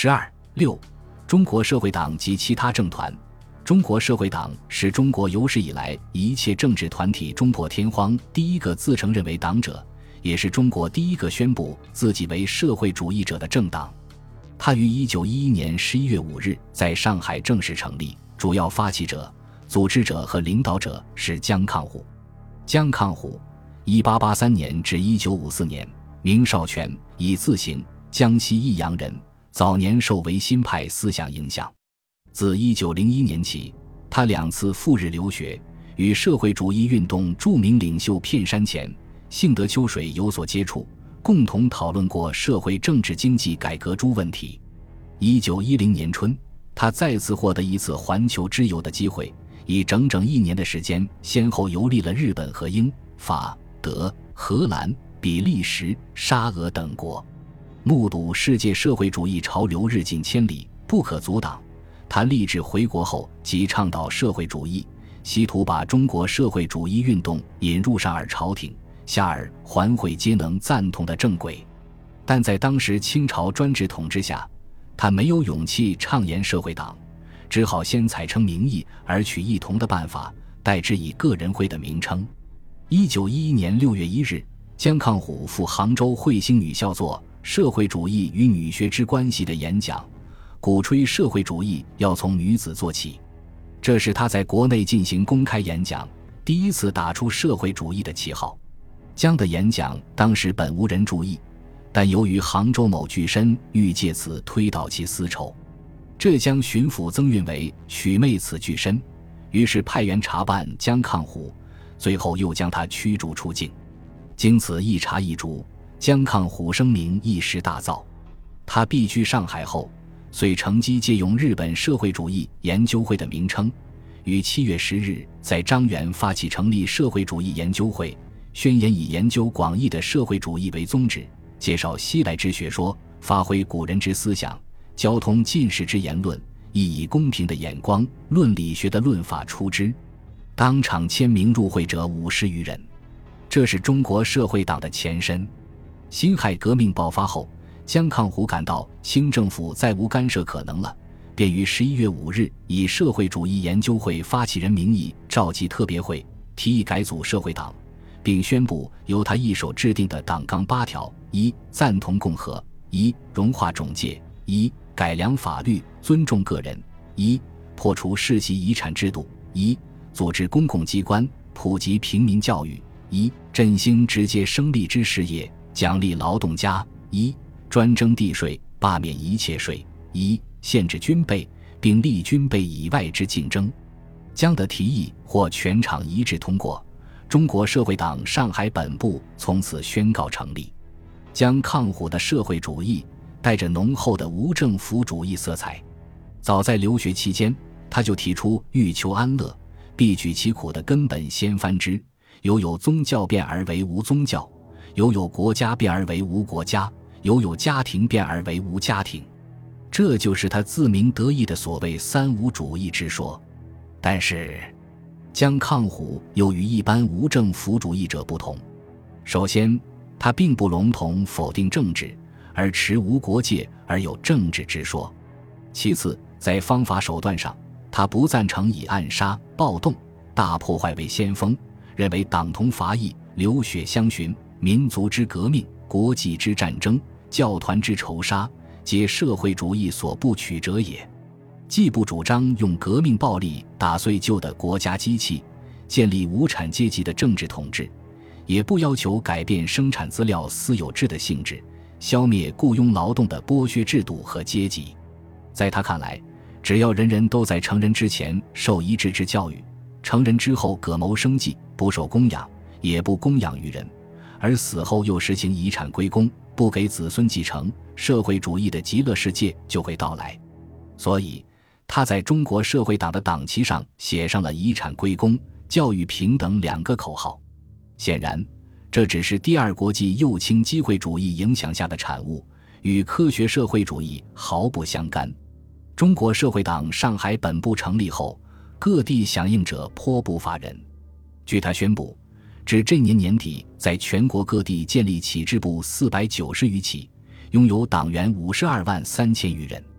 6. 中国社会党及其他政团。中国社会党是中国有史以来一切政治团体中破天荒第一个自承认为党者，也是中国第一个宣布自己为社会主义者的政党。它于1911年11月5日在上海正式成立，主要发起者、组织者和领导者是姜抗虎。姜抗虎1883年至1954年，名少荃，以字行，江西益阳人，早年受维新派思想影响。自1901年起，他2次赴日留学，与社会主义运动著名领袖片山前、幸德秋水有所接触，共同讨论过社会政治经济改革诸问题。1910年春，他再次获得一次环球之游的机会，以整整1年的时间先后游历了日本和英、法、德、荷兰、比利时、沙俄等国，目睹世界社会主义潮流日进千里，不可阻挡。他立志回国后即倡导社会主义，希图把中国社会主义运动引入上而朝廷、下而环会皆能赞同的正轨。但在当时清朝专制统治下，他没有勇气倡言社会党，只好先采称名义而取异同的办法，代之以个人会的名称。1911年6月1日，姜抗虎赴杭州慧星女校作《社会主义与女学之关系》的演讲，鼓吹社会主义要从女子做起。这是他在国内进行公开演讲，第一次打出社会主义的旗号。姜的演讲当时本无人注意，但由于杭州某巨绅欲借此推倒其私仇，浙江巡抚曾运为许媚此巨绅，于是派员查办姜抗虎，最后又将他驱逐出境。经此一查一逐，姜抗虎声名一时大噪。他避居上海后，遂乘机借用日本社会主义研究会的名称，于7月10日在张园发起成立社会主义研究会，宣言以研究广义的社会主义为宗旨，介绍西来之学说，发挥古人之思想，交通进士之言论，亦以公平的眼光论理学的论法出之。当场签名入会者50余人。这是中国社会党的前身。辛亥革命爆发后，姜抗虎感到清政府再无干涉可能了，便于11月5日以社会主义研究会发起人名义召集特别会，提议改组社会党，并宣布由他一手制定的党纲8条： 1. 赞同共和； 1. 融化种界； 1. 改良法律，尊重个人； 1. 破除世袭遗产制度； 1. 组织公共机关，普及平民教育； 1. 振兴直接生力之事业，奖励劳动家； 1. 专征地税，罢免一切税； 1. 限制军备，并立军备以外之竞争。姜的提议获全场一致通过，中国社会党上海本部从此宣告成立。姜抗虎的社会主义带着浓厚的无政府主义色彩。早在留学期间，他就提出欲求安乐，必举其苦的根本先翻之，有宗教变而为无宗教，有国家变而为无国家，有家庭变而为无家庭。这就是他自鸣得意的所谓三无主义之说。但是姜抗虎又与一般无政府主义者不同。首先，他并不笼统否定政治，而持无国界而有政治之说。其次，在方法手段上，他不赞成以暗杀、暴动、大破坏为先锋，认为党同伐异、流血相寻、民族之革命、国际之战争、教团之仇杀，皆社会主义所不取者也。既不主张用革命暴力打碎旧的国家机器，建立无产阶级的政治统治，也不要求改变生产资料私有制的性质，消灭雇佣劳动的剥削制度和阶级。在他看来，只要人人都在成人之前受一致之教育，成人之后各谋生计，不受供养，也不供养于人，而死后又实行遗产归公，不给子孙继承，社会主义的极乐世界就会到来。所以他在中国社会党的党旗上写上了遗产归公、教育平等2个口号。显然，这只是第二国际右倾机会主义影响下的产物，与科学社会主义毫不相干。中国社会党上海本部成立后，各地响应者颇不乏人。据他宣布，至这年年底，在全国各地建立起支部490余起，拥有党员52万3千余人。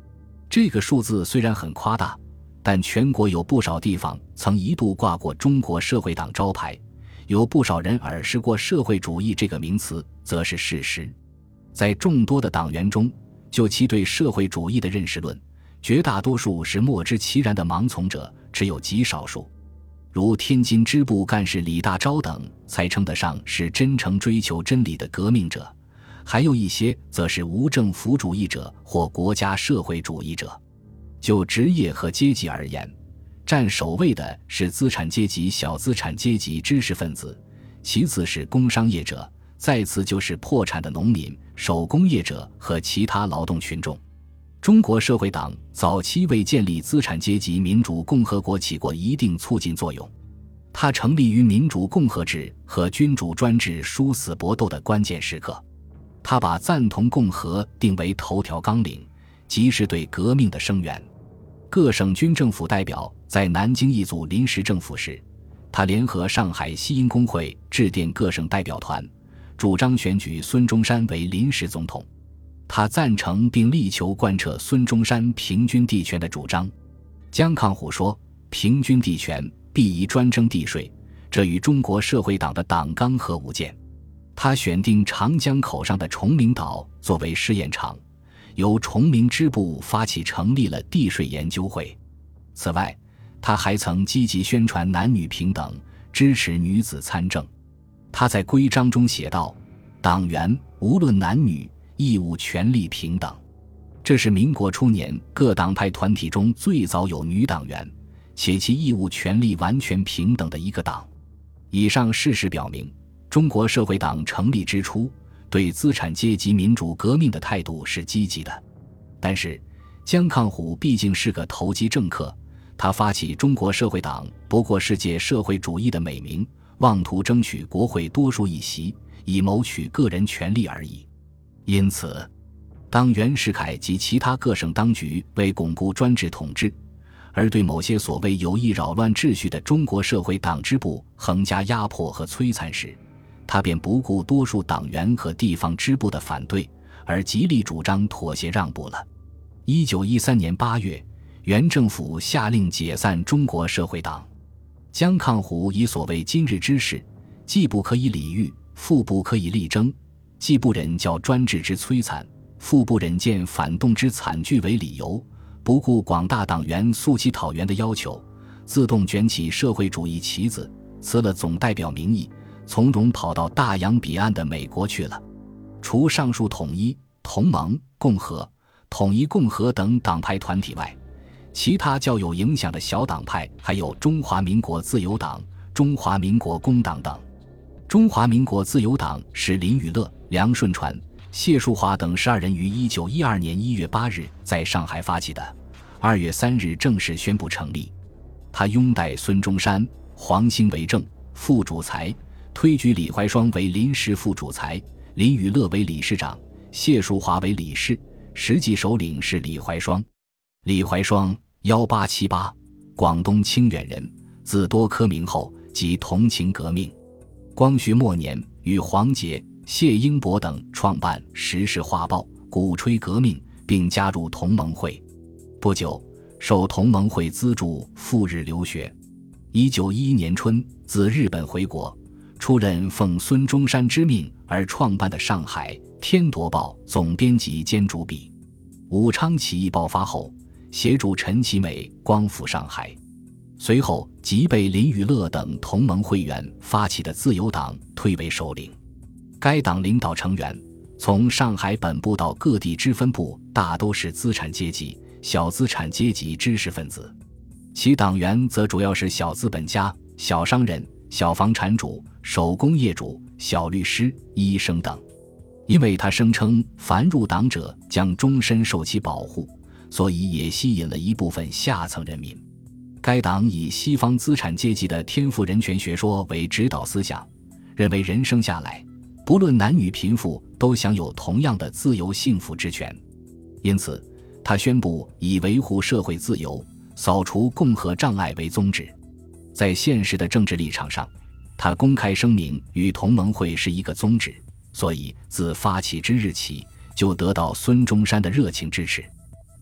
这个数字虽然很夸大，但全国有不少地方曾一度挂过中国社会党招牌，有不少人耳识过社会主义这个名词，则是事实。在众多的党员中，就其对社会主义的认识论，绝大多数是莫知其然的盲从者，只有极少数，如天津支部干事李大钊等才称得上是真诚追求真理的革命者，还有一些则是无政府主义者或国家社会主义者。就职业和阶级而言，占首位的是资产阶级、小资产阶级知识分子，其次是工商业者，再次就是破产的农民、手工业者和其他劳动群众。中国社会党早期为建立资产阶级民主共和国起过一定促进作用，它成立于民主共和制和君主专制殊死搏斗的关键时刻。它把赞同共和定为头条纲领，即是对革命的声援。各省军政府代表在南京一组临时政府时，他联合上海西英工会致电各省代表团，主张选举孙中山为临时总统。他赞成并力求贯彻孙中山平均地权的主张。姜抗虎说，平均地权必宜专征地税，这与中国社会党的党纲合无间。他选定长江口上的崇明岛作为试验场，由崇明支部发起成立了地税研究会。此外，他还曾积极宣传男女平等，支持女子参政。他在规章中写道，党员无论男女，义务权利平等。这是民国初年各党派团体中最早有女党员，且其义务权利完全平等的一个党。以上事实表明，中国社会党成立之初对资产阶级民主革命的态度是积极的。但是姜抗虎毕竟是个投机政客，他发起中国社会党不过世界社会主义的美名，妄图争取国会多数议席，以谋取个人权利而已。因此，当袁世凯及其他各省当局为巩固专制统治，而对某些所谓有意扰乱秩序的中国社会党支部横加压迫和摧残时，他便不顾多数党员和地方支部的反对，而极力主张妥协让步了。1913年8月，袁政府下令解散中国社会党。姜抗虎以所谓今日之事，既不可以理喻，复不可以力争，既不忍教专制之摧残，复不忍见反动之惨剧为理由，不顾广大党员诉其讨袁的要求，自动卷起社会主义旗子，辞了总代表名义，从容跑到大洋彼岸的美国去了。除上述统一、同盟、共和、统一共和等党派团体外，其他较有影响的小党派还有中华民国自由党、中华民国工党等。中华民国自由党是林宇乐、梁顺传、谢淑华等12人于1912年1月8日在上海发起的，2月3日正式宣布成立。他拥戴孙中山、黄兴为正、副主裁，推举李怀霜为临时副主裁，林宇乐为理事长，谢淑华为理事，实际首领是李怀霜。李怀霜1878，广东清远人，字多科明后，即同情革命。光绪末年与黄杰、谢英伯等创办《时事画报》，鼓吹革命，并加入同盟会。不久，受同盟会资助赴日留学。1911年春自日本回国，出任奉孙中山之命而创办的上海《天铎报》总编辑兼主笔。武昌起义爆发后，协助陈其美光复上海。随后即被林宇乐等同盟会员发起的自由党推为首领。该党领导成员从上海本部到各地支分部大都是资产阶级、小资产阶级知识分子，其党员则主要是小资本家、小商人、小房产主、手工业主、小律师、医生等。因为他声称凡入党者将终身受其保护，所以也吸引了一部分下层人民。该党以西方资产阶级的天赋人权学说为指导思想，认为人生下来不论男女贫富都享有同样的自由幸福之权。因此他宣布以维护社会自由、扫除共和障碍为宗旨。在现实的政治立场上，他公开声明与同盟会是一个宗旨，所以自发起之日起就得到孙中山的热情支持。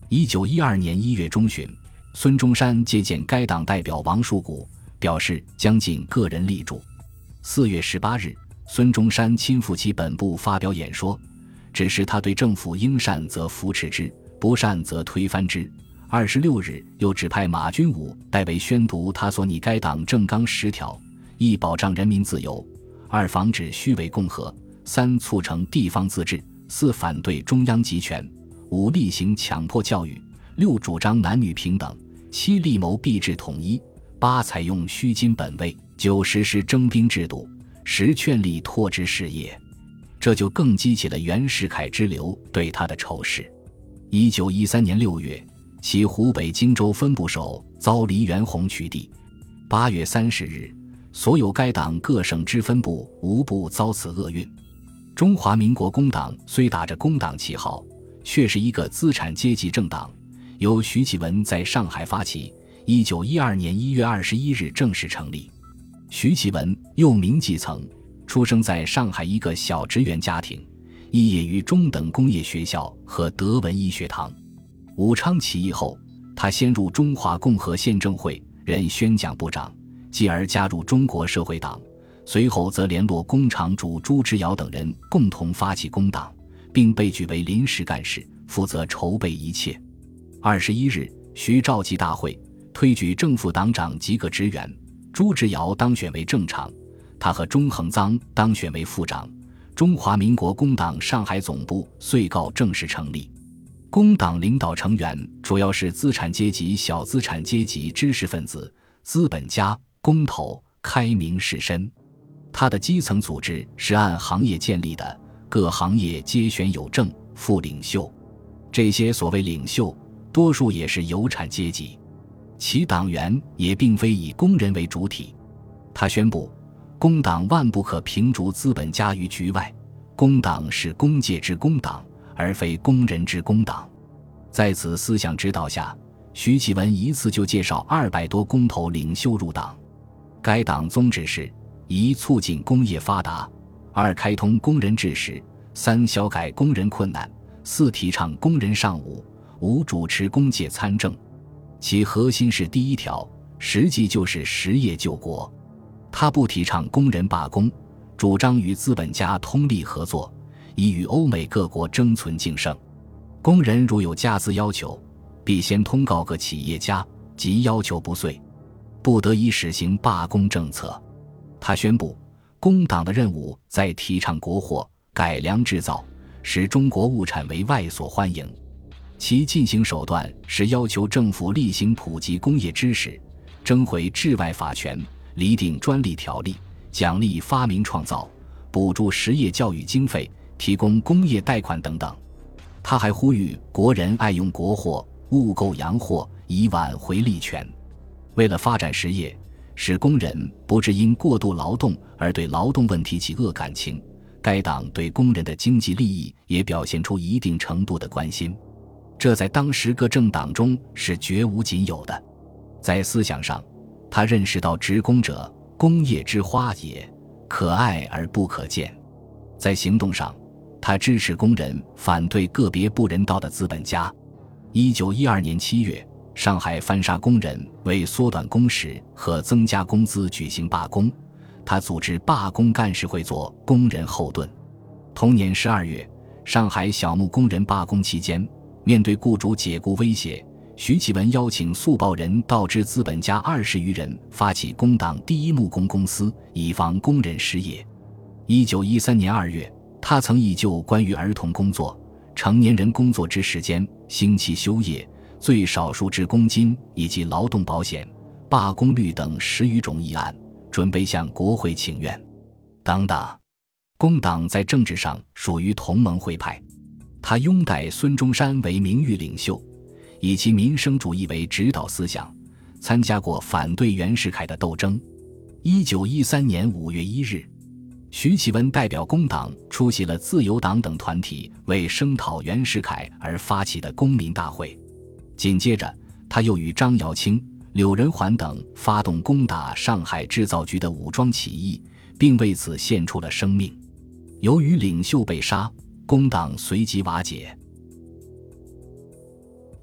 1912年1月中旬，孙中山接见该党代表王树谷，表示将尽个人力助。4月18日，孙中山亲赴其本部发表演说，指示他对政府应善则扶持之，不善则推翻之。26日又指派马君武代为宣读他所拟该党政纲10条：一、保障人民自由；二、防止虚伪共和；三、促成地方自治；四、反对中央集权；五、厉行强迫教育；六、主张男女平等；七、力谋币制统一；八、采用虚金本位；九、实施征兵制度；十、劝力拓殖事业。这就更激起了袁世凯之流对他的仇视。1913年6月，其湖北荆州分部首遭黎元洪取缔。8月30日，所有该党各省之分部无不遭此厄运。中华民国工党虽打着工党旗号，却是一个资产阶级政党，由徐启文在上海发起，1912年1月21日正式成立。徐启文又名季曾，出生在上海一个小职员家庭，肄业于中等工业学校和德文医学堂。武昌起义后，他先入中华共和宪政会，任宣讲部长，继而加入中国社会党，随后则联络工厂主朱之尧等人共同发起工党，并被举为临时干事，负责筹备一切。21日，徐召集大会，推举正副党长及各职员，朱之尧当选为正常，他和钟恒臧当选为副长。中华民国工党上海总部遂告正式成立。工党领导成员主要是资产阶级、小资产阶级知识分子、资本家、工头、开明士绅。他的基层组织是按行业建立的，各行业皆选有正副领袖。这些所谓领袖，多数也是有产阶级，其党员也并非以工人为主体。他宣布，工党万不可平逐资本家于局外，工党是工界之工党，而非工人之工党。在此思想指导下，徐启文一次就介绍200多工头领袖入党。该党宗旨是：一、促进工业发达；二、开通工人志识；三、消改工人困难；四、提倡工人尚武；五、主持工界参政。其核心是第一条，实际就是实业救国。他不提倡工人罢工，主张与资本家通力合作，以与欧美各国争存竞胜。工人如有加资要求，必先通告各企业家，即要求不遂，不得已实行罢工政策。他宣布，工党的任务在提倡国货，改良制造，使中国物产为外所欢迎。其进行手段是要求政府厉行普及工业知识，征回治外法权，厘定专利条例，奖励发明创造，补助实业教育经费，提供工业贷款等等。他还呼吁国人爱用国货，勿购洋货，以挽回利权。为了发展实业，使工人不致因过度劳动而对劳动问题起恶感情，该党对工人的经济利益也表现出一定程度的关心，这在当时各政党中是绝无仅有的。在思想上，他认识到职工者，工业之花也，可爱而不可见。在行动上，他支持工人，反对个别不人道的资本家。1912年7月，上海翻砂工人为缩短工时和增加工资举行罢工，他组织罢工干事会做工人后盾。同年12月，上海小木工人罢工期间，面对雇主解雇威胁，徐启文邀请速报人告知资本家20余人发起工党第一木工公司，以防工人失业。1913年2月，他曾议就关于儿童工作、成年人工作之时间、星期休业、最少数之工金以及劳动保险、罢工率等10余种议案，准备向国会请愿等等。工党在政治上属于同盟会派，他拥戴孙中山为名誉领袖，以其民生主义为指导思想，参加过反对袁世凯的斗争。1913年5月1日，徐启文代表工党出席了自由党等团体为声讨袁世凯而发起的公民大会。紧接着，他又与张瑶卿、柳仁环等发动攻打上海制造局的武装起义，并为此献出了生命。由于领袖被杀，工党随即瓦解。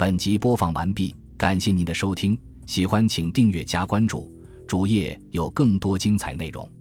本集播放完毕，感谢您的收听，喜欢请订阅加关注，主页有更多精彩内容。